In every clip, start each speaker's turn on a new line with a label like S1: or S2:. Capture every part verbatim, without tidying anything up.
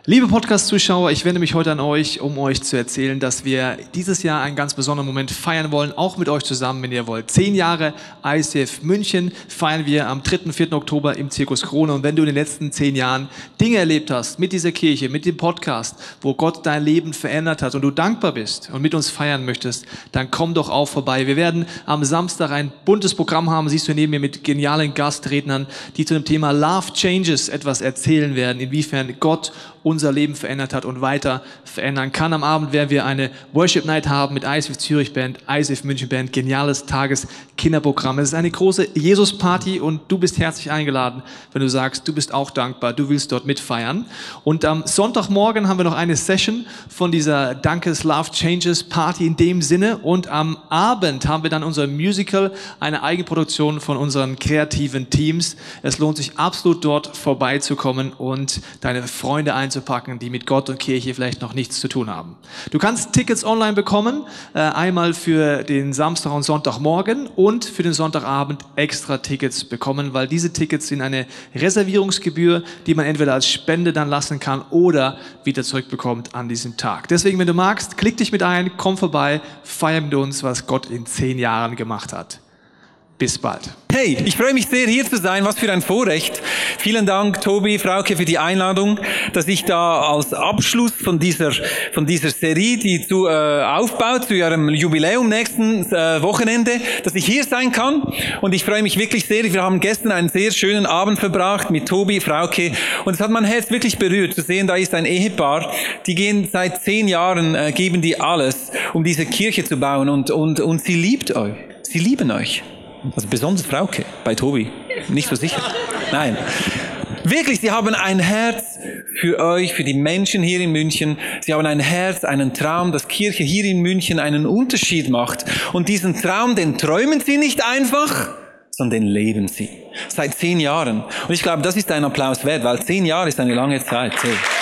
S1: Liebe Podcast-Zuschauer, ich wende mich heute an euch, um euch zu erzählen, dass wir dieses Jahr einen ganz besonderen Moment feiern wollen, auch mit euch zusammen, wenn ihr wollt. Zehn Jahre I C F München feiern wir am dritten, vierten Oktober im Zirkus Krone. Und wenn du in den letzten zehn Jahren Dinge erlebt hast mit dieser Kirche, mit dem Podcast, wo Gott dein Leben verändert hat und du dankbar bist und mit uns feiern möchtest, dann komm doch auch vorbei. Wir werden am Samstag ein buntes Programm haben, siehst du neben mir, mit genialen Gastrednern, die zu dem Thema Love Changes etwas erzählen werden, inwiefern Gott unser Leben verändert hat und weiter verändern kann. Am Abend werden wir eine Worship Night haben mit I C F Zürich Band, I C F München Band, geniales Tageskinderprogramm. Es ist eine große Jesus-Party und du bist herzlich eingeladen, wenn du sagst, du bist auch dankbar, du willst dort mitfeiern. Und am Sonntagmorgen haben wir noch eine Session von dieser Dankes Love Changes Party in dem Sinne. Und am Abend haben wir dann unser Musical, eine Eigenproduktion von unseren kreativen Teams. Es lohnt sich absolut dort vorbeizukommen und deine Freunde einzupacken, die mit Gott und Kirche vielleicht noch nichts zu tun haben. Du kannst Tickets online bekommen, äh, einmal für den Samstag und Sonntagmorgen und für den Sonntagabend extra Tickets bekommen, weil diese Tickets sind eine Reservierungsgebühr, die man entweder als Spende dann lassen kann oder wieder zurückbekommt an diesem Tag. Deswegen, wenn du magst, klick dich mit ein, komm vorbei, feier mit uns, was Gott in zehn Jahren gemacht hat. Bis bald.
S2: Hey, ich freue mich sehr, hier zu sein. Was für ein Vorrecht. Vielen Dank, Tobi, Frauke, für die Einladung, dass ich da als Abschluss von dieser von dieser Serie, die zu äh, aufbaut, zu ihrem Jubiläum nächsten äh, Wochenende, dass ich hier sein kann. Und ich freue mich wirklich sehr. Wir haben gestern einen sehr schönen Abend verbracht mit Tobi, Frauke. Und es hat mein Herz wirklich berührt, zu sehen, da ist ein Ehepaar, die gehen seit zehn Jahren, äh, geben die alles, um diese Kirche zu bauen. Und, und, und sie liebt euch. Sie lieben euch. Also besonders Frauke, bei Tobi. Nicht so sicher. Nein. Wirklich, sie haben ein Herz für euch, für die Menschen hier in München. Sie haben ein Herz, einen Traum, dass Kirche hier in München einen Unterschied macht. Und diesen Traum, den träumen sie nicht einfach, sondern den leben sie. Seit zehn Jahren. Und ich glaube, das ist ein Applaus wert, weil zehn Jahre ist eine lange Zeit.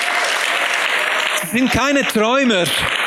S2: Sie sind keine Träumer,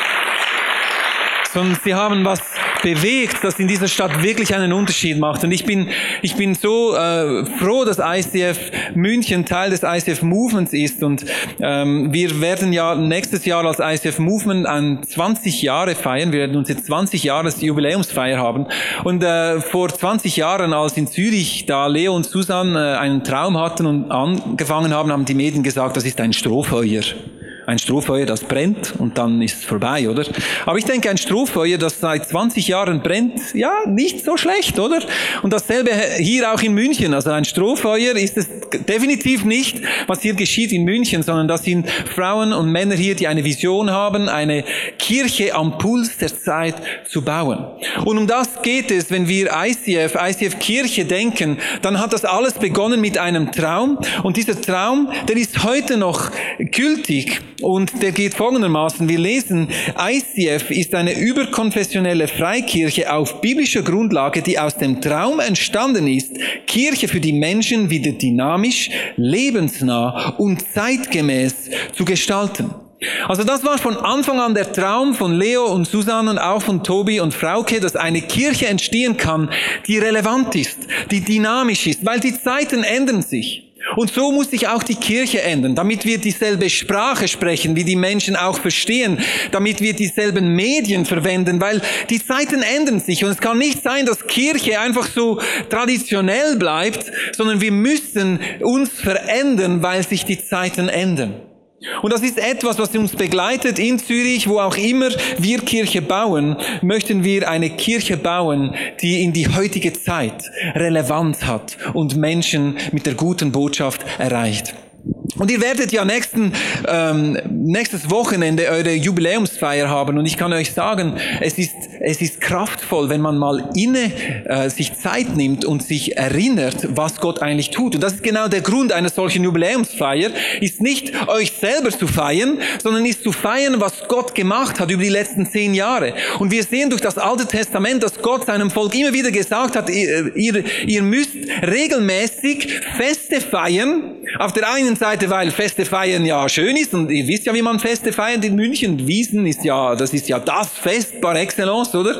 S2: sondern sie haben was bewegt, das in dieser Stadt wirklich einen Unterschied macht. Und ich bin, ich bin so äh, froh, dass I C F München Teil des I C F Movements ist. Und ähm, wir werden ja nächstes Jahr als I C F Movement an zwanzig Jahre feiern. Wir werden uns jetzt zwanzig Jahres Jubiläumsfeier haben. Und äh, vor zwanzig Jahren, als in Zürich da Leo und Susanne äh, einen Traum hatten und angefangen haben, haben die Medien gesagt, das ist ein Strohfeuer. Ein Strohfeuer, das brennt und dann ist es vorbei, oder? Aber ich denke, ein Strohfeuer, das seit zwanzig Jahren brennt, ja, nicht so schlecht, oder? Und dasselbe hier auch in München. Also ein Strohfeuer ist es definitiv nicht, was hier geschieht in München, sondern das sind Frauen und Männer hier, die eine Vision haben, eine Kirche am Puls der Zeit zu bauen. Und um das geht es, wenn wir I C F, I C F Kirche denken, dann hat das alles begonnen mit einem Traum. Und dieser Traum, der ist heute noch gültig. Und der geht folgendermaßen. Wir lesen, I C F ist eine überkonfessionelle Freikirche auf biblischer Grundlage, die aus dem Traum entstanden ist, Kirche für die Menschen wieder dynamisch, lebensnah und zeitgemäß zu gestalten. Also das war von Anfang an der Traum von Leo und Susanne und auch von Tobi und Frauke, dass eine Kirche entstehen kann, die relevant ist, die dynamisch ist, weil die Zeiten ändern sich. Und so muss sich auch die Kirche ändern, damit wir dieselbe Sprache sprechen, wie die Menschen auch verstehen, damit wir dieselben Medien verwenden, weil die Zeiten ändern sich und es kann nicht sein, dass Kirche einfach so traditionell bleibt, sondern wir müssen uns verändern, weil sich die Zeiten ändern. Und das ist etwas, was uns begleitet in Zürich, wo auch immer wir Kirche bauen, möchten wir eine Kirche bauen, die in die heutige Zeit Relevanz hat und Menschen mit der guten Botschaft erreicht. Und ihr werdet ja nächsten, ähm, nächstes Wochenende eure Jubiläumsfeier haben. Und ich kann euch sagen, es ist, es ist kraftvoll, wenn man mal inne äh, sich Zeit nimmt und sich erinnert, was Gott eigentlich tut. Und das ist genau der Grund einer solchen Jubiläumsfeier, ist nicht euch selber zu feiern, sondern ist zu feiern, was Gott gemacht hat über die letzten zehn Jahre. Und wir sehen durch das Alte Testament, dass Gott seinem Volk immer wieder gesagt hat, ihr, ihr, ihr müsst regelmäßig Feste feiern. Auf der einen Seite, weil Feste feiern ja schön ist und ihr wisst ja, wie man Feste feiert in München. Wiesn ist ja, das ist ja das Fest par excellence, oder?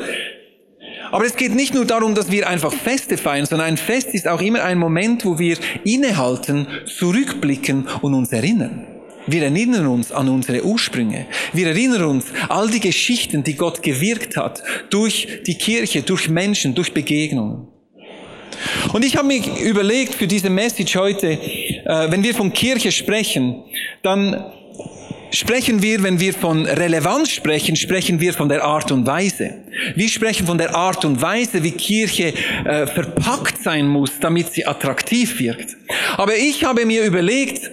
S2: Aber es geht nicht nur darum, dass wir einfach Feste feiern, sondern ein Fest ist auch immer ein Moment, wo wir innehalten, zurückblicken und uns erinnern. Wir erinnern uns an unsere Ursprünge. Wir erinnern uns all die Geschichten, die Gott gewirkt hat, durch die Kirche, durch Menschen, durch Begegnungen. Und ich habe mir überlegt für diese Message heute, äh, wenn wir von Kirche sprechen, dann sprechen wir, wenn wir von Relevanz sprechen, sprechen wir von der Art und Weise. Wir sprechen von der Art und Weise, wie Kirche äh, verpackt sein muss, damit sie attraktiv wirkt. Aber ich habe mir überlegt,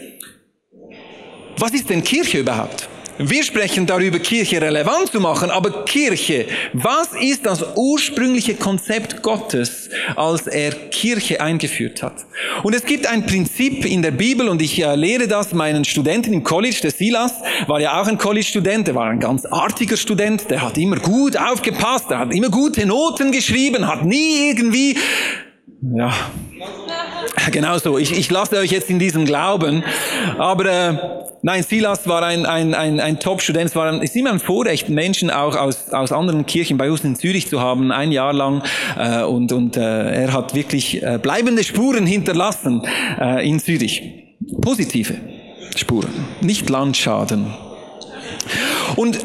S2: was ist denn Kirche überhaupt? Wir sprechen darüber, Kirche relevant zu machen, aber Kirche, was ist das ursprüngliche Konzept Gottes, als er Kirche eingeführt hat? Und es gibt ein Prinzip in der Bibel, und ich äh, lehre das meinen Studenten im College. Der Silas war ja auch ein College-Student, der war ein ganz artiger Student, der hat immer gut aufgepasst, der hat immer gute Noten geschrieben, hat nie irgendwie, ja, genau so, ich, ich lasse euch jetzt in diesem Glauben, aber äh, nein, Silas war ein, ein, ein, ein Top-Student. Es war ein, ist immer ein Vorrecht, Menschen auch aus, aus anderen Kirchen bei uns in Zürich zu haben, ein Jahr lang. Äh, und und äh, er hat wirklich äh, bleibende Spuren hinterlassen äh, in Zürich. Positive Spuren, nicht Landschaden. Und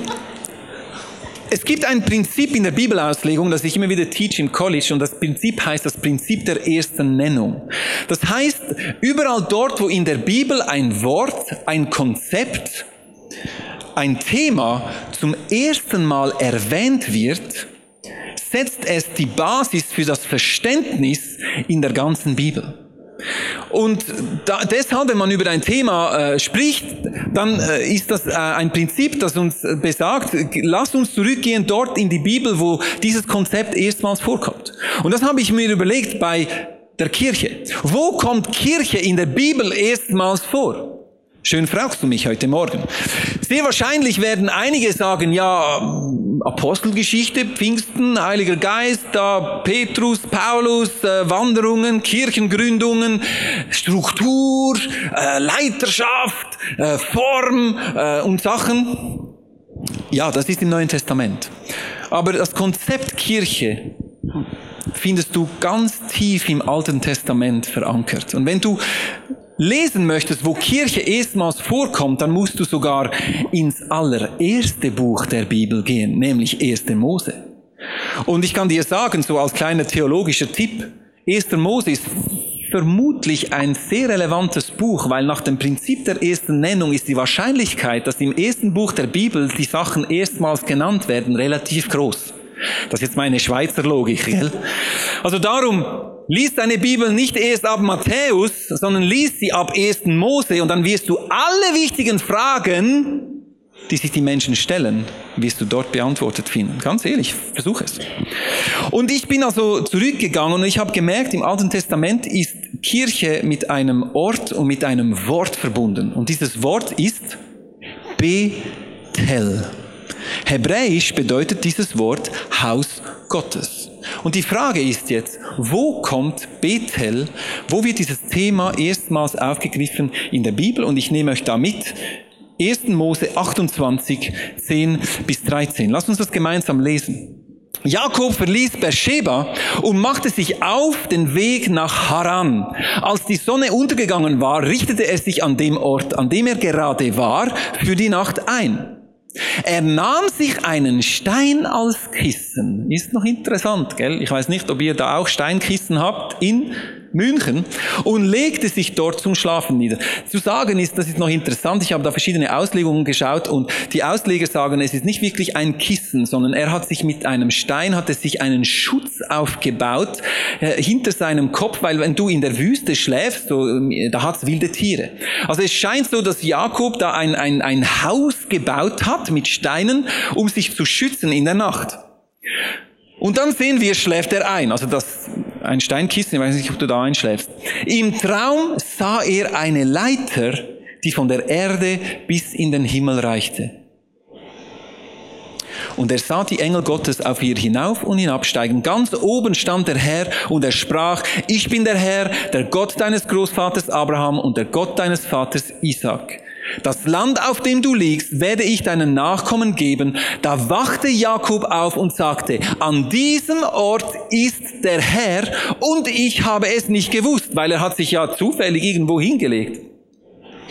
S2: es gibt ein Prinzip in der Bibelauslegung, das ich immer wieder teach im College, und das Prinzip heißt das Prinzip der ersten Nennung. Das heißt, überall dort, wo in der Bibel ein Wort, ein Konzept, ein Thema zum ersten Mal erwähnt wird, setzt es die Basis für das Verständnis in der ganzen Bibel. Und da, deshalb, wenn man über ein Thema äh, spricht, dann äh, ist das äh, ein Prinzip, das uns äh, besagt, lasst uns zurückgehen dort in die Bibel, wo dieses Konzept erstmals vorkommt. Und das habe ich mir überlegt bei der Kirche. Wo kommt Kirche in der Bibel erstmals vor? Schön fragst du mich heute Morgen. Sehr wahrscheinlich werden einige sagen, ja, Apostelgeschichte, Pfingsten, Heiliger Geist, da Petrus, Paulus, äh, Wanderungen, Kirchengründungen, Struktur, äh, Leiterschaft, äh, Form äh, und Sachen. Ja, das ist im Neuen Testament. Aber das Konzept Kirche findest du ganz tief im Alten Testament verankert. Und wenn du lesen möchtest, wo Kirche erstmals vorkommt, dann musst du sogar ins allererste Buch der Bibel gehen, nämlich erster Mose. Und ich kann dir sagen, so als kleiner theologischer Tipp, erster Mose ist vermutlich ein sehr relevantes Buch, weil nach dem Prinzip der ersten Nennung ist die Wahrscheinlichkeit, dass im ersten Buch der Bibel die Sachen erstmals genannt werden, relativ groß. Das ist jetzt meine Schweizer Logik, gell? Also darum, lies deine Bibel nicht erst ab Matthäus, sondern lies sie ab ersten Mose, und dann wirst du alle wichtigen Fragen, die sich die Menschen stellen, wirst du dort beantwortet finden. Ganz ehrlich, versuch es. Und ich bin also zurückgegangen und ich habe gemerkt, im Alten Testament ist Kirche mit einem Ort und mit einem Wort verbunden. Und dieses Wort ist Bethel. Hebräisch bedeutet dieses Wort Haus Gottes. Und die Frage ist jetzt, wo kommt Bethel, wo wird dieses Thema erstmals aufgegriffen in der Bibel? Und ich nehme euch da mit, erster Mose achtundzwanzig, zehn bis dreizehn. Lasst uns das gemeinsam lesen. Jakob verließ Beersheba und machte sich auf den Weg nach Haran. Als die Sonne untergegangen war, richtete er sich an dem Ort, an dem er gerade war, für die Nacht ein. Er nahm sich einen Stein als Kissen. Ist noch interessant, gell? Ich weiß nicht, ob ihr da auch Steinkissen habt in München, und legte sich dort zum Schlafen nieder. Zu sagen ist, das ist noch interessant, ich habe da verschiedene Auslegungen geschaut, und die Ausleger sagen, es ist nicht wirklich ein Kissen, sondern er hat sich mit einem Stein, hat er sich einen Schutz aufgebaut äh, hinter seinem Kopf, weil wenn du in der Wüste schläfst, so, äh, da hat's wilde Tiere. Also es scheint so, dass Jakob da ein, ein, ein Haus gebaut hat mit Steinen, um sich zu schützen in der Nacht. Und dann sehen wir, schläft er ein. Also das, ein Steinkissen, ich weiß nicht, ob du da einschläfst. Im Traum sah er eine Leiter, die von der Erde bis in den Himmel reichte. Und er sah die Engel Gottes auf ihr hinauf und hinabsteigen. Ganz oben stand der Herr und er sprach, ich bin der Herr, der Gott deines Großvaters Abraham und der Gott deines Vaters Isaak. Das Land, auf dem du liegst, werde ich deinen Nachkommen geben. Da wachte Jakob auf und sagte, an diesem Ort ist der Herr und ich habe es nicht gewusst, weil er hat sich ja zufällig irgendwo hingelegt.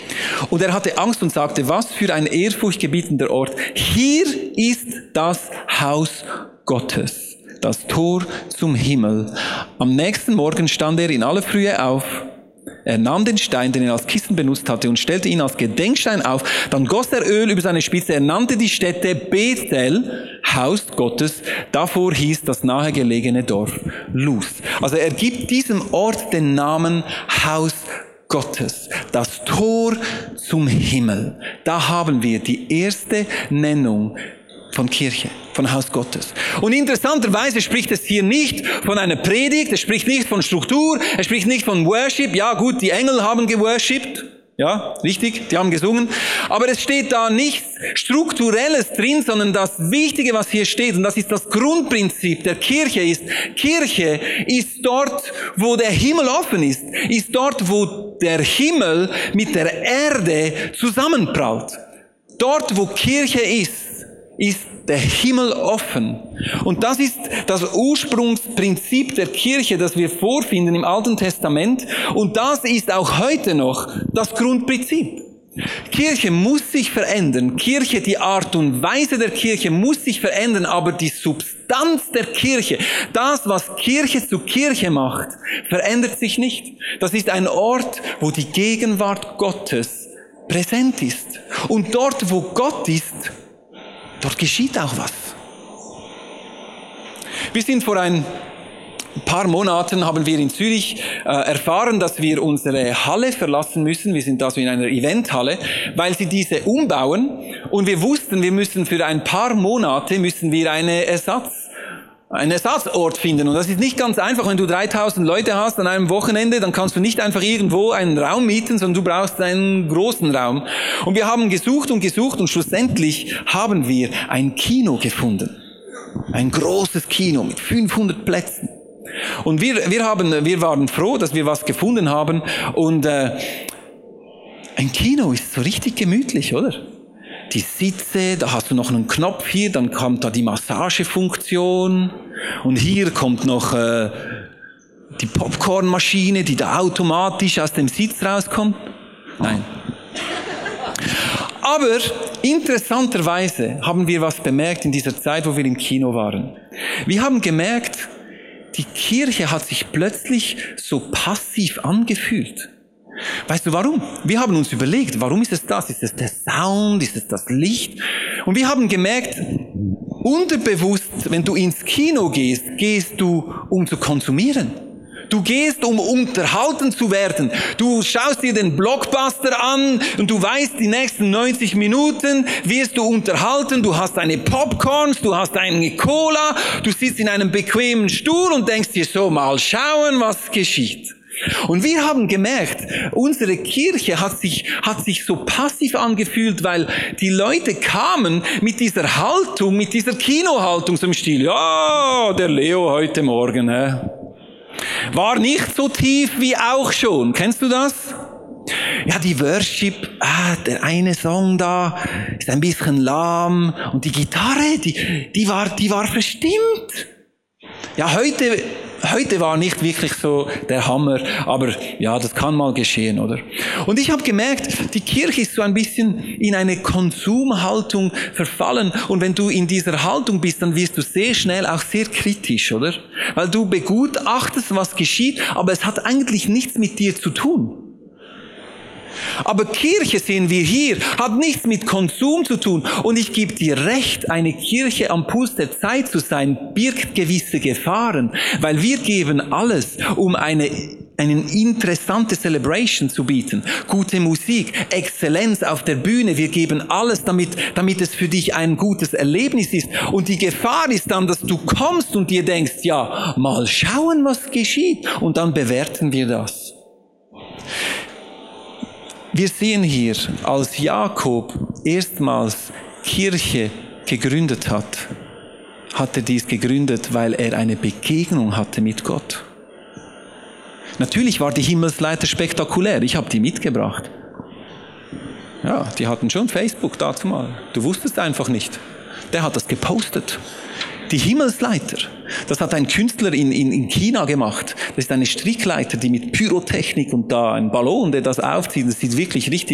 S2: Und er hatte Angst und sagte, was für ein ehrfurchtgebietender Ort. Hier ist das Haus Gottes, das Tor zum Himmel. Am nächsten Morgen stand er in aller Frühe auf. Er nahm den Stein, den er als Kissen benutzt hatte, und stellte ihn als Gedenkstein auf. Dann goss er Öl über seine Spitze. Er nannte die Stätte Bethel, Haus Gottes. Davor hieß das nahegelegene Dorf Luz. Also er gibt diesem Ort den Namen Haus Gottes, das Tor zum Himmel. Da haben wir die erste Nennung von Kirche, von Haus Gottes. Und interessanterweise spricht es hier nicht von einer Predigt, es spricht nicht von Struktur, es spricht nicht von Worship. Ja gut, die Engel haben geworshipped, ja, richtig, die haben gesungen. Aber es steht da nichts Strukturelles drin, sondern das Wichtige, was hier steht, und das ist das Grundprinzip der Kirche, ist, Kirche ist dort, wo der Himmel offen ist, ist dort, wo der Himmel mit der Erde zusammenprallt. Dort, wo Kirche ist, ist der Himmel offen. Und das ist das Ursprungsprinzip der Kirche, das wir vorfinden im Alten Testament. Und das ist auch heute noch das Grundprinzip. Kirche muss sich verändern. Kirche, die Art und Weise der Kirche muss sich verändern, aber die Substanz der Kirche, das, was Kirche zu Kirche macht, verändert sich nicht. Das ist ein Ort, wo die Gegenwart Gottes präsent ist. Und dort, wo Gott ist, dort geschieht auch was. Wir sind vor ein paar Monaten, haben wir in Zürich äh, erfahren, dass wir unsere Halle verlassen müssen. Wir sind also in einer Eventhalle, weil sie diese umbauen. Und wir wussten, wir müssen für ein paar Monate müssen wir eine Ersatz, einen Ersatzort finden. Und das ist nicht ganz einfach. Wenn du dreitausend Leute hast an einem Wochenende, dann kannst du nicht einfach irgendwo einen Raum mieten, sondern du brauchst einen großen Raum. Und wir haben gesucht und gesucht und schlussendlich haben wir ein Kino gefunden. Ein großes Kino mit fünfhundert Plätzen. Und wir, wir haben, wir waren froh, dass wir was gefunden haben. Und äh, ein Kino ist so richtig gemütlich, oder? Die Sitze, da hast du noch einen Knopf hier, dann kommt da die Massagefunktion und hier kommt noch äh, die Popcornmaschine, die da automatisch aus dem Sitz rauskommt. Nein. Aber interessanterweise haben wir was bemerkt in dieser Zeit, wo wir im Kino waren. Wir haben gemerkt, die Kirche hat sich plötzlich so passiv angefühlt. Weißt du warum? Wir haben uns überlegt, warum ist es das? Ist es der Sound? Ist es das Licht? Und wir haben gemerkt, unterbewusst, wenn du ins Kino gehst, gehst du, um zu konsumieren. Du gehst, um unterhalten zu werden. Du schaust dir den Blockbuster an und du weißt, die nächsten neunzig Minuten wirst du unterhalten. Du hast deine Popcorns, du hast eine Cola, du sitzt in einem bequemen Stuhl und denkst dir so, mal schauen, was geschieht. Und wir haben gemerkt, unsere Kirche hat sich, hat sich so passiv angefühlt, weil die Leute kamen mit dieser Haltung, mit dieser Kinohaltung, so im Stil, ja, der Leo heute Morgen, hä? War nicht so tief wie auch schon. Kennst du das? Ja, die Worship, ah, der eine Song da ist ein bisschen lahm und die Gitarre, die, die war, die war verstimmt. Ja, heute, heute war nicht wirklich so der Hammer, aber ja, das kann mal geschehen, oder? Und ich habe gemerkt, die Kirche ist so ein bisschen in eine Konsumhaltung verfallen. Und wenn du in dieser Haltung bist, dann wirst du sehr schnell auch sehr kritisch, oder? Weil du begutachtest, was geschieht, aber es hat eigentlich nichts mit dir zu tun. Aber Kirche, sehen wir hier, hat nichts mit Konsum zu tun. Und ich gebe dir recht, eine Kirche am Puls der Zeit zu sein, birgt gewisse Gefahren. Weil wir geben alles, um eine, eine interessante Celebration zu bieten. Gute Musik, Exzellenz auf der Bühne. Wir geben alles, damit, damit es für dich ein gutes Erlebnis ist. Und die Gefahr ist dann, dass du kommst und dir denkst, ja, mal schauen, was geschieht. Und dann bewerten wir das. Wir sehen hier, als Jakob erstmals Kirche gegründet hat, hat er dies gegründet, weil er eine Begegnung hatte mit Gott. Natürlich war die Himmelsleiter spektakulär, ich habe die mitgebracht. Ja, die hatten schon Facebook dazu mal. Du wusstest einfach nicht. Der hat das gepostet. Die Himmelsleiter, das hat ein Künstler in, in, in China gemacht. Das ist eine Strickleiter, die mit Pyrotechnik und da ein Ballon, der das aufzieht, das sieht wirklich richtig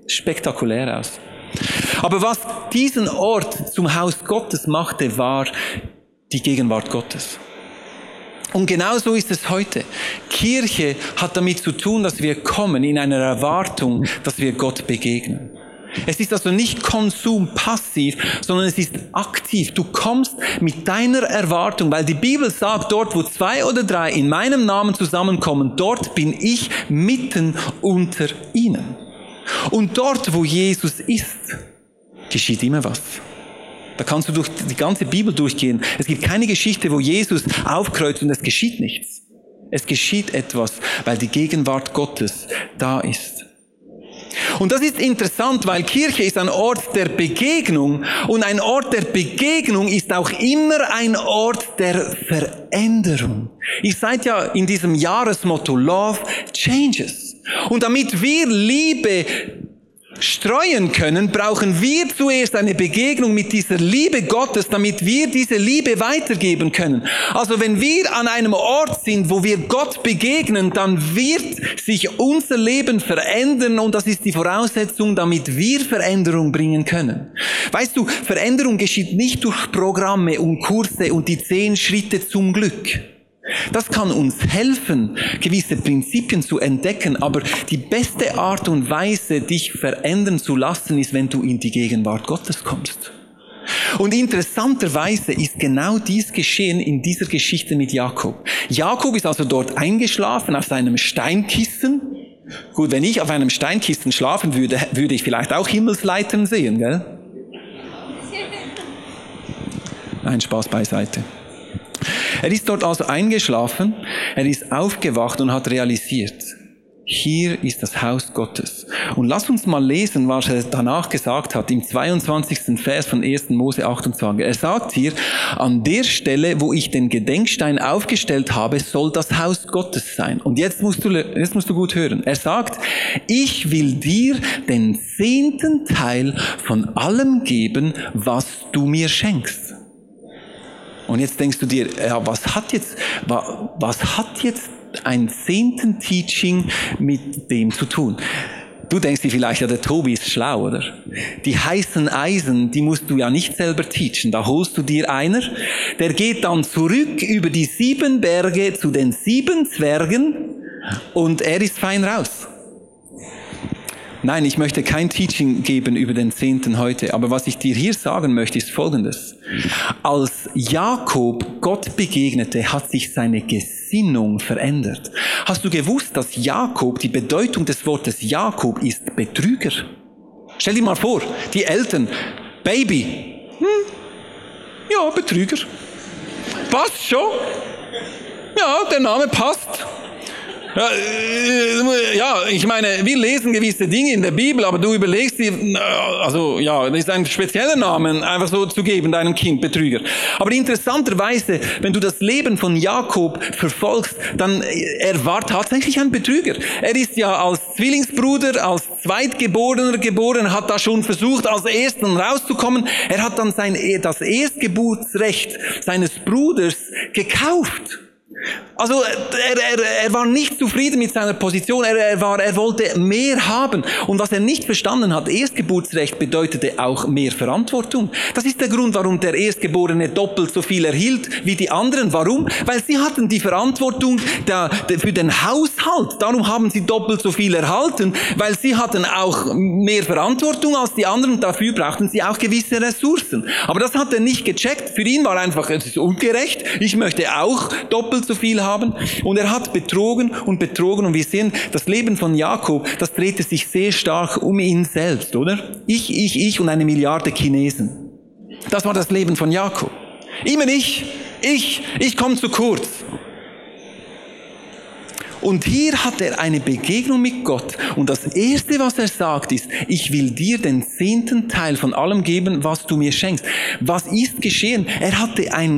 S2: spektakulär aus. Aber was diesen Ort zum Haus Gottes machte, war die Gegenwart Gottes. Und genauso ist es heute. Kirche hat damit zu tun, dass wir kommen in einer Erwartung, dass wir Gott begegnen. Es ist also nicht konsumpassiv, sondern es ist aktiv. Du kommst mit deiner Erwartung, weil die Bibel sagt, dort wo zwei oder drei in meinem Namen zusammenkommen, dort bin ich mitten unter ihnen. Und dort, wo Jesus ist, geschieht immer was. Da kannst du durch die ganze Bibel durchgehen. Es gibt keine Geschichte, wo Jesus aufkreuzt und es geschieht nichts. Es geschieht etwas, weil die Gegenwart Gottes da ist. Und das ist interessant, weil Kirche ist ein Ort der Begegnung und ein Ort der Begegnung ist auch immer ein Ort der Veränderung. Ihr seid ja in diesem Jahresmotto Love Changes. Und damit wir Liebe streuen können, brauchen wir zuerst eine Begegnung mit dieser Liebe Gottes, damit wir diese Liebe weitergeben können. Also wenn wir an einem Ort sind, wo wir Gott begegnen, dann wird sich unser Leben verändern und das ist die Voraussetzung, damit wir Veränderung bringen können. Weißt du, Veränderung geschieht nicht durch Programme und Kurse und die zehn Schritte zum Glück. Das kann uns helfen, gewisse Prinzipien zu entdecken, aber die beste Art und Weise, dich verändern zu lassen, ist, wenn du in die Gegenwart Gottes kommst. Und interessanterweise ist genau dies geschehen in dieser Geschichte mit Jakob. Jakob ist also dort eingeschlafen auf seinem Steinkissen. Gut, wenn ich auf einem Steinkissen schlafen würde, würde ich vielleicht auch Himmelsleitern sehen, gell? Nein, Spaß beiseite. Er ist dort also eingeschlafen, er ist aufgewacht und hat realisiert, hier ist das Haus Gottes. Und lass uns mal lesen, was er danach gesagt hat, im zweiundzwanzigsten Vers von ersten Mose achtundzwanzig. Er sagt hier, an der Stelle, wo ich den Gedenkstein aufgestellt habe, soll das Haus Gottes sein. Und jetzt musst du, jetzt musst du gut hören. Er sagt, ich will dir den zehnten Teil von allem geben, was du mir schenkst. Und jetzt denkst du dir, ja, was hat jetzt, was hat jetzt ein zehnten Teaching mit dem zu tun? Du denkst dir vielleicht, ja, der Tobi ist schlau, oder? Die heißen Eisen, die musst du ja nicht selber teachen. Da holst du dir einer, der geht dann zurück über die sieben Berge zu den sieben Zwergen und er ist fein raus. Nein, ich möchte kein Teaching geben über den Zehnten heute, aber was ich dir hier sagen möchte, ist Folgendes. Als Jakob Gott begegnete, hat sich seine Gesinnung verändert. Hast du gewusst, dass Jakob, die Bedeutung des Wortes Jakob ist Betrüger? Stell dir mal vor, die Eltern, Baby, hm, ja, Betrüger. Passt schon. Ja, der Name passt. Ja, ja, ich meine, wir lesen gewisse Dinge in der Bibel, aber du überlegst dir, also ja, das ist ein spezieller Name, einfach so zu geben, deinem Kind, Betrüger. Aber interessanterweise, wenn du das Leben von Jakob verfolgst, dann er war tatsächlich ein Betrüger. Er ist ja als Zwillingsbruder, als Zweitgeborener geboren, hat da schon versucht, als Ersten rauszukommen. Er hat dann sein, das Erstgeburtsrecht seines Bruders gekauft. Also er, er, er war nicht zufrieden mit seiner Position, er, er, war, er wollte mehr haben. Und was er nicht verstanden hat, Erstgeburtsrecht bedeutete auch mehr Verantwortung. Das ist der Grund, warum der Erstgeborene doppelt so viel erhielt wie die anderen. Warum? Weil sie hatten die Verantwortung der, der, für den Haushalt. Darum haben sie doppelt so viel erhalten, weil sie hatten auch mehr Verantwortung als die anderen. Dafür brauchten sie auch gewisse Ressourcen. Aber das hat er nicht gecheckt. Für ihn war einfach, es ist ungerecht. Ich möchte auch doppelt so viel haben. Und er hat betrogen und betrogen. Und wir sehen, das Leben von Jakob, das drehte sich sehr stark um ihn selbst, oder? Ich, ich, ich und eine Milliarde Chinesen. Das war das Leben von Jakob. Immer ich, ich, ich komme zu kurz. Und hier hat er eine Begegnung mit Gott. Und das Erste, was er sagt, ist, ich will dir den zehnten Teil von allem geben, was du mir schenkst. Was ist geschehen? Er hatte einen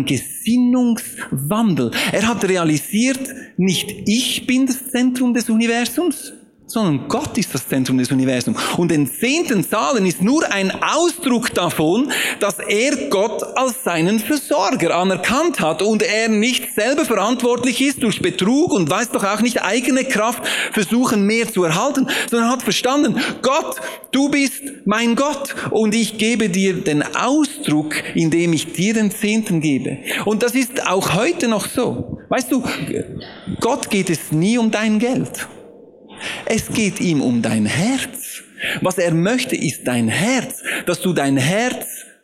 S2: Gesinnungswandel. Er hat realisiert, nicht ich bin das Zentrum des Universums. sondern Gott ist das Zentrum des Universums. Und den zehnten Zahlen ist nur ein Ausdruck davon, dass er Gott als seinen Versorger anerkannt hat und er nicht selber verantwortlich ist durch Betrug und weiß doch auch nicht eigene Kraft versuchen mehr zu erhalten, sondern hat verstanden, Gott, du bist mein Gott und ich gebe dir den Ausdruck, indem ich dir den Zehnten gebe. Und das ist auch heute noch so. Weißt du, Gott geht es nie um dein Geld. Es geht ihm um dein Herz. Was er möchte, ist dein Herz, dass du dein Herz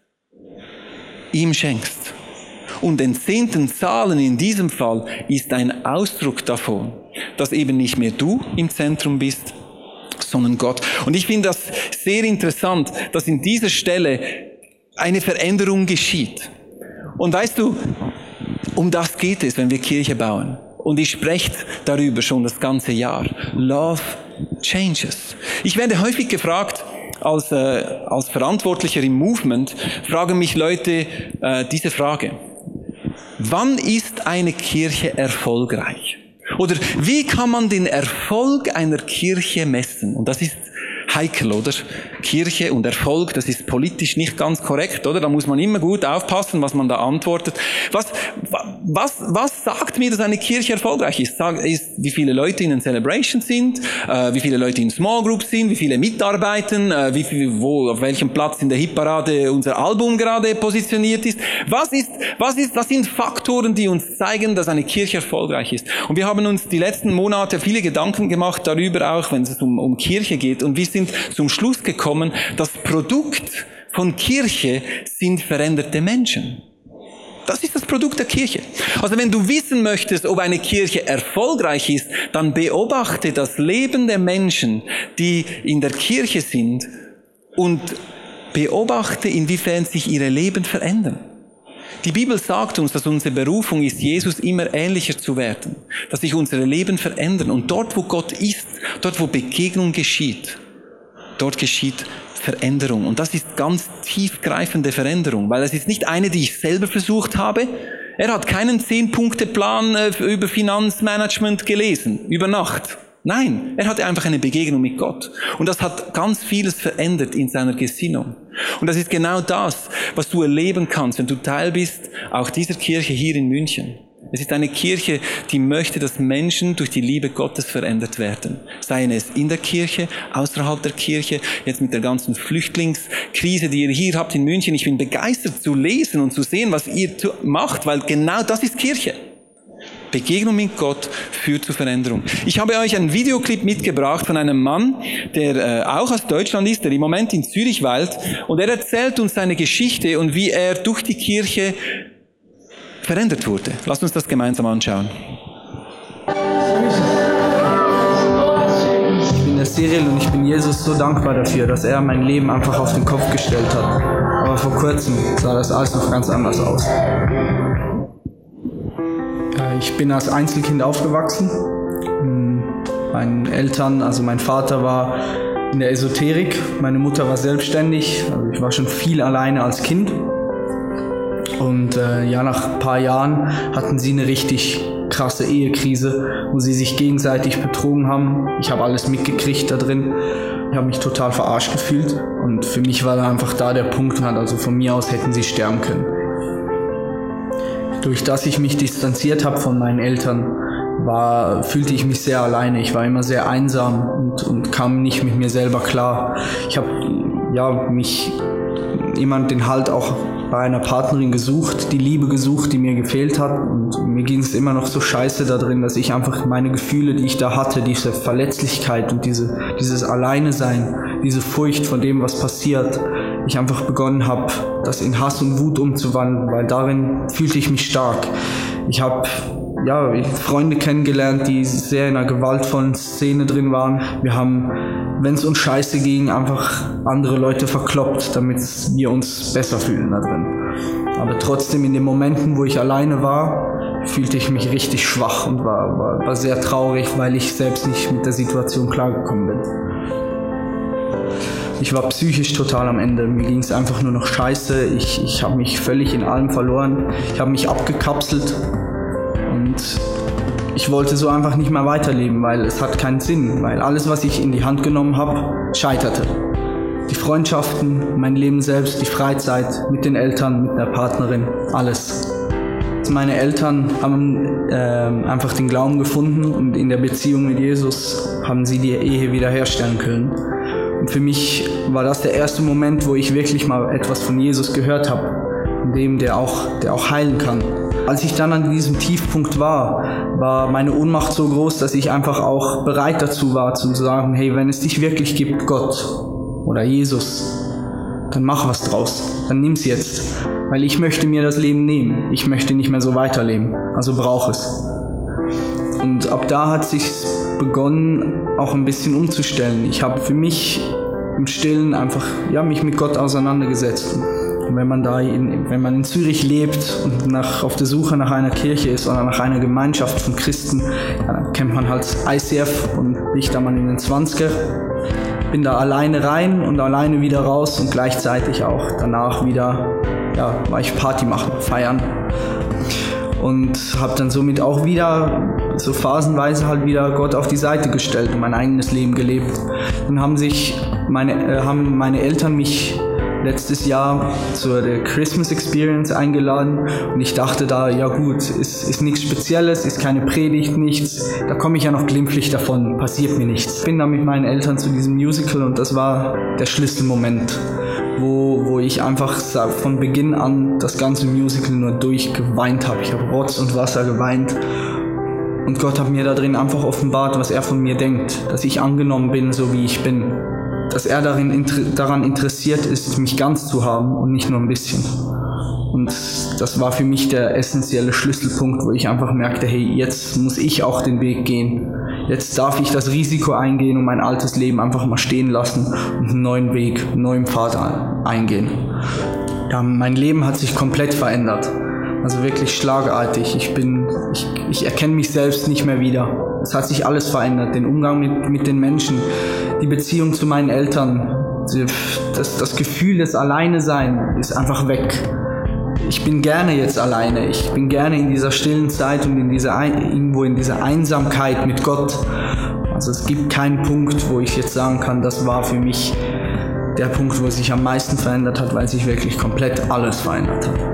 S2: ihm schenkst. Und den zehnten Zahlen in diesem Fall ist ein Ausdruck davon, dass eben nicht mehr du im Zentrum bist, sondern Gott. Und ich finde das sehr interessant, dass in dieser Stelle eine Veränderung geschieht. Und weißt du, um das geht es, wenn wir Kirche bauen. Und ich spreche darüber schon das ganze Jahr. Love changes. Ich werde häufig gefragt, als, äh, als Verantwortlicher im Movement, fragen mich Leute äh, diese Frage. Wann ist eine Kirche erfolgreich? Oder wie kann man den Erfolg einer Kirche messen? Und das ist heikel, oder? Kirche und Erfolg, das ist politisch nicht ganz korrekt, oder? Da muss man immer gut aufpassen, was man da antwortet. Was, was, was sagt mir, dass eine Kirche erfolgreich ist? Sagt, ist, wie viele Leute in den Celebrations sind, äh, wie viele Leute in Small Groups sind, wie viele mitarbeiten, äh, wie viel, wo, auf welchem Platz in der Hitparade unser Album gerade positioniert ist. Was ist, was ist, was sind Faktoren, die uns zeigen, dass eine Kirche erfolgreich ist? Und wir haben uns die letzten Monate viele Gedanken gemacht darüber, auch wenn es um, um Kirche geht. Und wir sind zum Schluss gekommen, das Produkt von Kirche sind veränderte Menschen. Das ist das Produkt der Kirche. Also wenn du wissen möchtest, ob eine Kirche erfolgreich ist, dann beobachte das Leben der Menschen, die in der Kirche sind und beobachte, inwiefern sich ihre Leben verändern. Die Bibel sagt uns, dass unsere Berufung ist, Jesus immer ähnlicher zu werden, dass sich unsere Leben verändern. Und dort, wo Gott ist, dort, wo Begegnung geschieht, dort geschieht Veränderung. Und das ist ganz tiefgreifende Veränderung, weil es ist nicht eine, die ich selber versucht habe. Er hat keinen Zehn-Punkte-Plan über Finanzmanagement gelesen, über Nacht. Nein, er hatte einfach eine Begegnung mit Gott. Und das hat ganz vieles verändert in seiner Gesinnung. Und das ist genau das, was du erleben kannst, wenn du Teil bist, auch dieser Kirche hier in München. Es ist eine Kirche, die möchte, dass Menschen durch die Liebe Gottes verändert werden. Seien es in der Kirche, außerhalb der Kirche, jetzt mit der ganzen Flüchtlingskrise, die ihr hier habt in München. Ich bin begeistert zu lesen und zu sehen, was ihr macht, weil genau das ist Kirche. Begegnung mit Gott führt zu Veränderung. Ich habe euch einen Videoclip mitgebracht von einem Mann, der äh, auch aus Deutschland ist, der im Moment in Zürich weilt. Und er erzählt uns seine Geschichte und wie er durch die Kirche verändert wurde. Lasst uns das gemeinsam anschauen.
S3: Ich bin der Cyril und ich bin Jesus so dankbar dafür, dass er mein Leben einfach auf den Kopf gestellt hat. Aber vor kurzem sah das alles noch ganz anders aus. Ich bin als Einzelkind aufgewachsen. Meinen Eltern, also mein Vater war in der Esoterik, meine Mutter war selbstständig, also ich war schon viel alleine als Kind. Und äh, ja, nach ein paar Jahren hatten sie eine richtig krasse Ehekrise, wo sie sich gegenseitig betrogen haben. Ich habe alles mitgekriegt da drin. Ich habe mich total verarscht gefühlt. Und für mich war da einfach da der Punkt, also von mir aus hätten sie sterben können. Durch das ich mich distanziert habe von meinen Eltern, war, fühlte ich mich sehr alleine. Ich war immer sehr einsam und, und kam nicht mit mir selber klar. Ich habe ja, mich immer den Halt auch bei einer Partnerin gesucht, die Liebe gesucht, die mir gefehlt hat. Und mir ging es immer noch so scheiße da drin, dass ich einfach meine Gefühle, die ich da hatte, diese Verletzlichkeit und diese, dieses Alleine-Sein, diese Furcht vor dem, was passiert, ich einfach begonnen habe, das in Hass und Wut umzuwandeln, weil darin fühlte ich mich stark. Ich habe ja, Freunde kennengelernt, die sehr in einer gewaltvollen Szene drin waren. Wir haben, wenn es uns scheiße ging, einfach andere Leute verkloppt, damit wir uns besser fühlen da drin. Aber trotzdem in den Momenten, wo ich alleine war, fühlte ich mich richtig schwach und war, war, war sehr traurig, weil ich selbst nicht mit der Situation klargekommen bin. Ich war psychisch total am Ende. Mir ging es einfach nur noch scheiße. Ich, ich habe mich völlig in allem verloren. Ich habe mich abgekapselt. Und ich wollte so einfach nicht mehr weiterleben, weil es hat keinen Sinn, weil alles, was ich in die Hand genommen habe, scheiterte. Die Freundschaften, mein Leben selbst, die Freizeit mit den Eltern, mit der Partnerin, alles. Meine Eltern haben äh, einfach den Glauben gefunden und in der Beziehung mit Jesus haben sie die Ehe wiederherstellen können. Und für mich war das der erste Moment, wo ich wirklich mal etwas von Jesus gehört habe, von dem, der auch, der auch heilen kann. Als ich dann an diesem Tiefpunkt war, war meine Ohnmacht so groß, dass ich einfach auch bereit dazu war, zu sagen, hey, wenn es dich wirklich gibt, Gott oder Jesus, dann mach was draus, dann nimm's jetzt. Weil ich möchte mir das Leben nehmen. Ich möchte nicht mehr so weiterleben. Also brauche es. Und ab da hat sich's begonnen, auch ein bisschen umzustellen. Ich habe für mich im Stillen einfach, ja, mich mit Gott auseinandergesetzt. Und wenn man da in, wenn man in Zürich lebt und nach, auf der Suche nach einer Kirche ist oder nach einer Gemeinschaft von Christen, ja, dann kennt man halt I C F und ich da mal in den zwanziger. Bin da alleine rein und alleine wieder raus und gleichzeitig auch danach wieder, ja, war ich Party machen, feiern. Und habe dann somit auch wieder, so phasenweise halt wieder Gott auf die Seite gestellt und mein eigenes Leben gelebt. Dann haben sich meine, äh, haben meine Eltern mich letztes Jahr zur der Christmas Experience eingeladen und ich dachte da, ja gut, ist, ist nichts Spezielles, ist keine Predigt, nichts, da komme ich ja noch glimpflich davon, passiert mir nichts. Ich bin dann mit meinen Eltern zu diesem Musical und das war der Schlüsselmoment, wo, wo ich einfach von Beginn an das ganze Musical nur durchgeweint habe. Ich habe Rotz und Wasser geweint und Gott hat mir da drin einfach offenbart, was er von mir denkt, dass ich angenommen bin, so wie ich bin. Dass er darin, inter, daran interessiert ist, mich ganz zu haben und nicht nur ein bisschen. Und das war für mich der essentielle Schlüsselpunkt, wo ich einfach merkte, hey, jetzt muss ich auch den Weg gehen. Jetzt darf ich das Risiko eingehen und mein altes Leben einfach mal stehen lassen und einen neuen Weg, einen neuen Pfad eingehen. Ja, mein Leben hat sich komplett verändert. Also wirklich schlagartig. Ich bin, ich, ich erkenne mich selbst nicht mehr wieder. Es hat sich alles verändert. Den Umgang mit, mit den Menschen, die Beziehung zu meinen Eltern, das, das Gefühl des Alleinesein ist einfach weg. Ich bin gerne jetzt alleine. Ich bin gerne in dieser stillen Zeit und in dieser, irgendwo in dieser Einsamkeit mit Gott. Also es gibt keinen Punkt, wo ich jetzt sagen kann, das war für mich der Punkt, wo sich am meisten verändert hat, weil sich wirklich komplett alles verändert hat.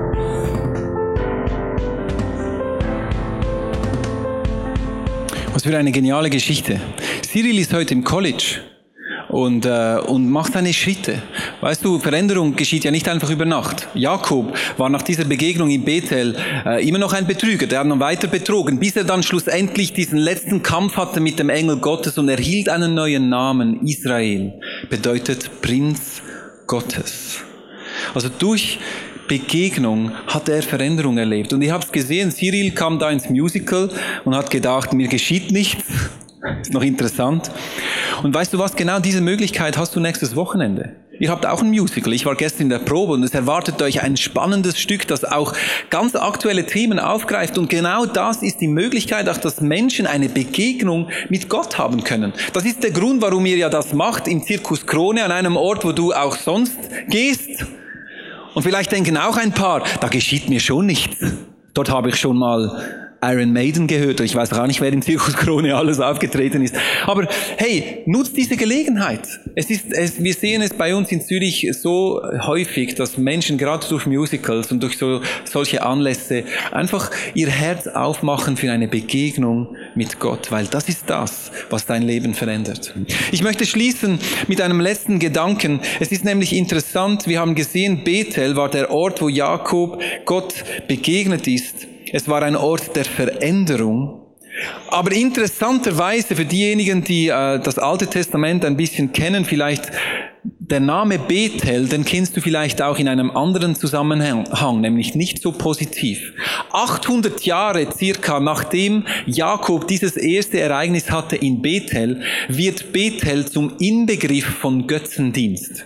S2: Was für eine geniale Geschichte. Cyril ist heute im College und, äh, und macht seine Schritte. Weißt du, Veränderung geschieht ja nicht einfach über Nacht. Jakob war nach dieser Begegnung in Bethel äh, immer noch ein Betrüger. Der hat noch weiter betrogen, bis er dann schlussendlich diesen letzten Kampf hatte mit dem Engel Gottes und erhielt einen neuen Namen. Israel bedeutet Prinz Gottes. Also durch Begegnung hat er Veränderung erlebt. Und ich habe es gesehen, Cyril kam da ins Musical und hat gedacht, mir geschieht nichts. Ist noch interessant. Und weißt du was, genau diese Möglichkeit hast du nächstes Wochenende. Ihr habt auch ein Musical. Ich war gestern in der Probe und es erwartet euch ein spannendes Stück, das auch ganz aktuelle Themen aufgreift. Und genau das ist die Möglichkeit, auch dass Menschen eine Begegnung mit Gott haben können. Das ist der Grund, warum ihr ja das macht im Zirkus Krone, an einem Ort, wo du auch sonst gehst. Und vielleicht denken auch ein paar, da geschieht mir schon nichts. Dort habe ich schon mal Iron Maiden gehört. Ich weiß gar nicht, wer im Zirkus Krone alles aufgetreten ist. Aber hey, nutzt diese Gelegenheit. Es ist, es, wir sehen es bei uns in Zürich so häufig, dass Menschen gerade durch Musicals und durch so, solche Anlässe einfach ihr Herz aufmachen für eine Begegnung mit Gott, weil das ist das, was dein Leben verändert. Ich möchte schließen mit einem letzten Gedanken. Es ist nämlich interessant, wir haben gesehen, Bethel war der Ort, wo Jakob Gott begegnet ist. Es war ein Ort der Veränderung. Aber interessanterweise für diejenigen, die äh, das Alte Testament ein bisschen kennen, vielleicht der Name Bethel, den kennst du vielleicht auch in einem anderen Zusammenhang, nämlich nicht so positiv. achthundert Jahre circa nachdem Jakob dieses erste Ereignis hatte in Bethel, wird Bethel zum Inbegriff von Götzendienst.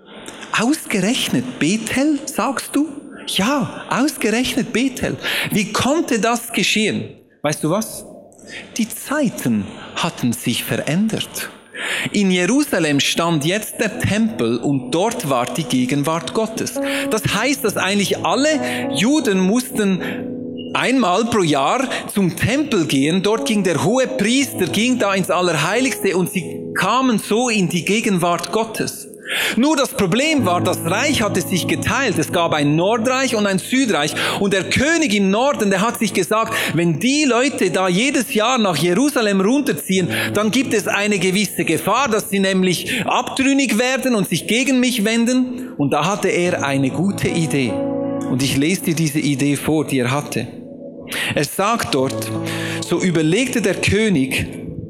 S2: Ausgerechnet Bethel, sagst du? Ja, ausgerechnet Bethel. Wie konnte das geschehen? Weißt du was? Die Zeiten hatten sich verändert. In Jerusalem stand jetzt der Tempel und dort war die Gegenwart Gottes. Das heißt, dass eigentlich alle Juden mussten einmal pro Jahr zum Tempel gehen. Dort ging der hohe Priester, ging da ins Allerheiligste und sie kamen so in die Gegenwart Gottes. Nur das Problem war, das Reich hatte sich geteilt. Es gab ein Nordreich und ein Südreich. Und der König im Norden, der hat sich gesagt, wenn die Leute da jedes Jahr nach Jerusalem runterziehen, dann gibt es eine gewisse Gefahr, dass sie nämlich abtrünnig werden und sich gegen mich wenden. Und da hatte er eine gute Idee. Und ich lese dir diese Idee vor, die er hatte. Er sagt dort, so überlegte der König,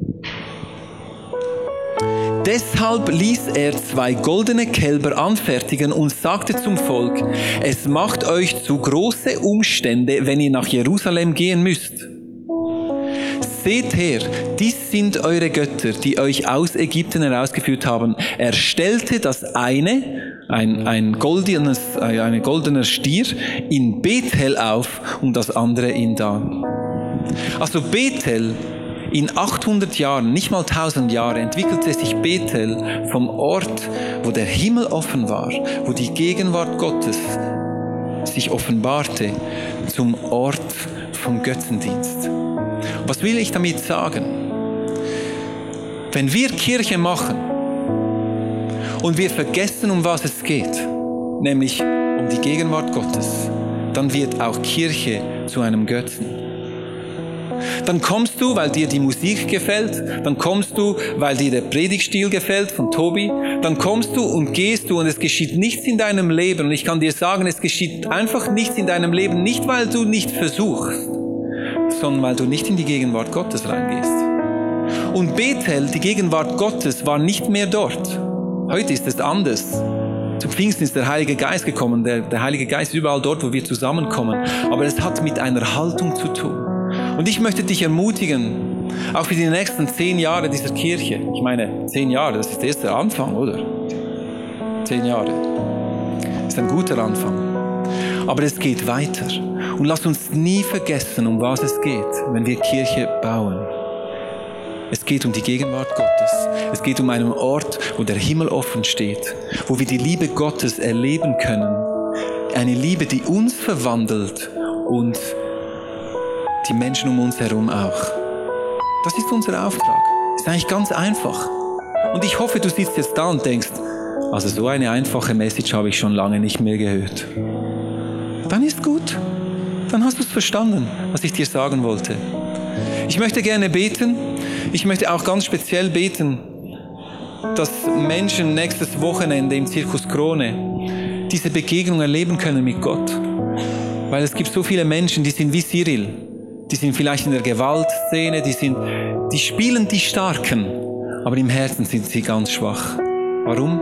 S2: deshalb ließ er zwei goldene Kälber anfertigen und sagte zum Volk, es macht euch zu große Umstände, wenn ihr nach Jerusalem gehen müsst. Seht her, dies sind eure Götter, die euch aus Ägypten herausgeführt haben. Er stellte das eine, ein, ein goldenes, ein goldener Stier, in Bethel auf und das andere in Dan. Also Bethel, in achthundert Jahren, nicht mal tausend Jahre, entwickelte sich Bethel vom Ort, wo der Himmel offen war, wo die Gegenwart Gottes sich offenbarte, zum Ort vom Götzendienst. Was will ich damit sagen? Wenn wir Kirche machen und wir vergessen, um was es geht, nämlich um die Gegenwart Gottes, dann wird auch Kirche zu einem Götzen. Dann kommst du, weil dir die Musik gefällt, dann kommst du, weil dir der Predigtstil gefällt von Tobi, dann kommst du und gehst du und es geschieht nichts in deinem Leben. Und ich kann dir sagen, es geschieht einfach nichts in deinem Leben, nicht weil du nicht versuchst, sondern weil du nicht in die Gegenwart Gottes reingehst. Und Bethel, die Gegenwart Gottes, war nicht mehr dort. Heute ist es anders. Zu Pfingsten ist der Heilige Geist gekommen. Der, der Heilige Geist ist überall dort, wo wir zusammenkommen. Aber es hat mit einer Haltung zu tun. Und ich möchte dich ermutigen, auch für die nächsten zehn Jahre dieser Kirche. Ich meine, zehn Jahre, das ist der erste Anfang, oder? Zehn Jahre. Das ist ein guter Anfang. Aber es geht weiter. Und lass uns nie vergessen, um was es geht, wenn wir Kirche bauen. Es geht um die Gegenwart Gottes. Es geht um einen Ort, wo der Himmel offen steht, wo wir die Liebe Gottes erleben können. Eine Liebe, die uns verwandelt und die Menschen um uns herum auch. Das ist unser Auftrag. Ist eigentlich ganz einfach. Und ich hoffe, du sitzt jetzt da und denkst, also so eine einfache Message habe ich schon lange nicht mehr gehört. Dann ist gut. Dann hast du es verstanden, was ich dir sagen wollte. Ich möchte gerne beten. Ich möchte auch ganz speziell beten, dass Menschen nächstes Wochenende im Zirkus Krone diese Begegnung erleben können mit Gott. Weil es gibt so viele Menschen, die sind wie Cyril. Die sind vielleicht in der Gewaltszene, die sind, die spielen die Starken, aber im Herzen sind sie ganz schwach. Warum?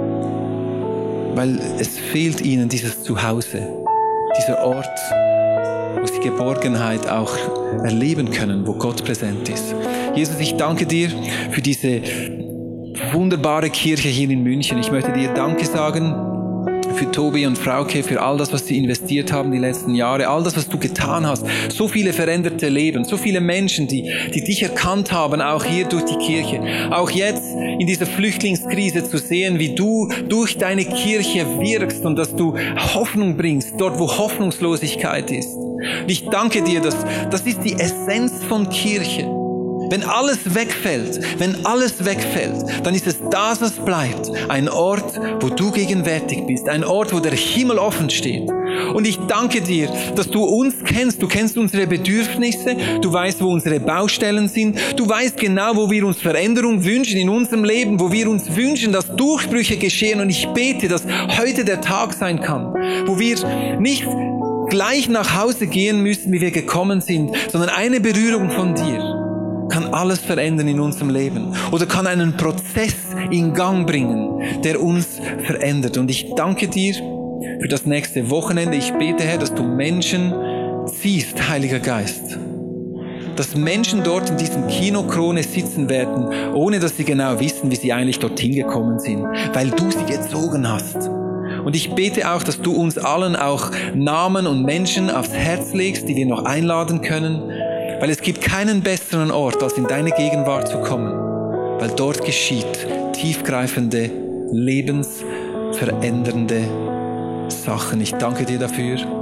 S2: Weil es fehlt ihnen dieses Zuhause, dieser Ort, wo sie Geborgenheit auch erleben können, wo Gott präsent ist. Jesus, ich danke dir für diese wunderbare Kirche hier in München. Ich möchte dir Danke sagen für Tobi und Frauke, für all das, was sie investiert haben die letzten Jahre, all das, was du getan hast. So viele veränderte Leben, so viele Menschen, die, die dich erkannt haben, auch hier durch die Kirche. Auch jetzt in dieser Flüchtlingskrise zu sehen, wie du durch deine Kirche wirkst und dass du Hoffnung bringst, dort wo Hoffnungslosigkeit ist. Und ich danke dir, dass das ist die Essenz von Kirche. Wenn alles wegfällt, wenn alles wegfällt, dann ist es das, was bleibt. Ein Ort, wo du gegenwärtig bist. Ein Ort, wo der Himmel offen steht. Und ich danke dir, dass du uns kennst. Du kennst unsere Bedürfnisse. Du weißt, wo unsere Baustellen sind. Du weißt genau, wo wir uns Veränderung wünschen in unserem Leben, wo wir uns wünschen, dass Durchbrüche geschehen. Und ich bete, dass heute der Tag sein kann, wo wir nicht gleich nach Hause gehen müssen, wie wir gekommen sind, sondern eine Berührung von dir kann alles verändern in unserem Leben oder kann einen Prozess in Gang bringen, der uns verändert. Und ich danke dir für das nächste Wochenende. Ich bete, Herr, dass du Menschen siehst, Heiliger Geist. Dass Menschen dort in diesem Kino Krone sitzen werden, ohne dass sie genau wissen, wie sie eigentlich dorthin gekommen sind, weil du sie gezogen hast. Und ich bete auch, dass du uns allen auch Namen und Menschen aufs Herz legst, die wir noch einladen können, weil es gibt keinen besseren Ort, als in deine Gegenwart zu kommen, weil dort geschieht tiefgreifende, lebensverändernde Sachen. Ich danke dir dafür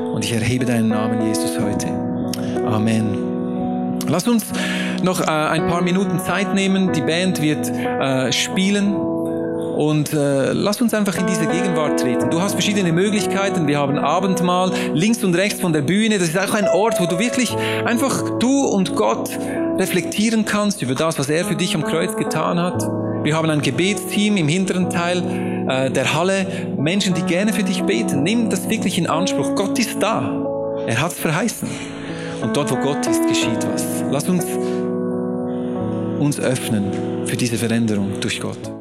S2: Und ich erhebe deinen Namen, Jesus, heute. Amen. Lass uns noch äh, ein paar Minuten Zeit nehmen. Die Band wird äh, spielen. Und äh, lass uns einfach in diese Gegenwart treten. Du hast verschiedene Möglichkeiten. Wir haben Abendmahl links und rechts von der Bühne. Das ist auch ein Ort, wo du wirklich einfach du und Gott reflektieren kannst über das, was er für dich am Kreuz getan hat. Wir haben ein Gebetsteam im hinteren Teil äh, der Halle. Menschen, die gerne für dich beten. Nimm das wirklich in Anspruch. Gott ist da. Er hat es verheißen. Und dort, wo Gott ist, geschieht was. Lass uns uns öffnen für diese Veränderung durch Gott.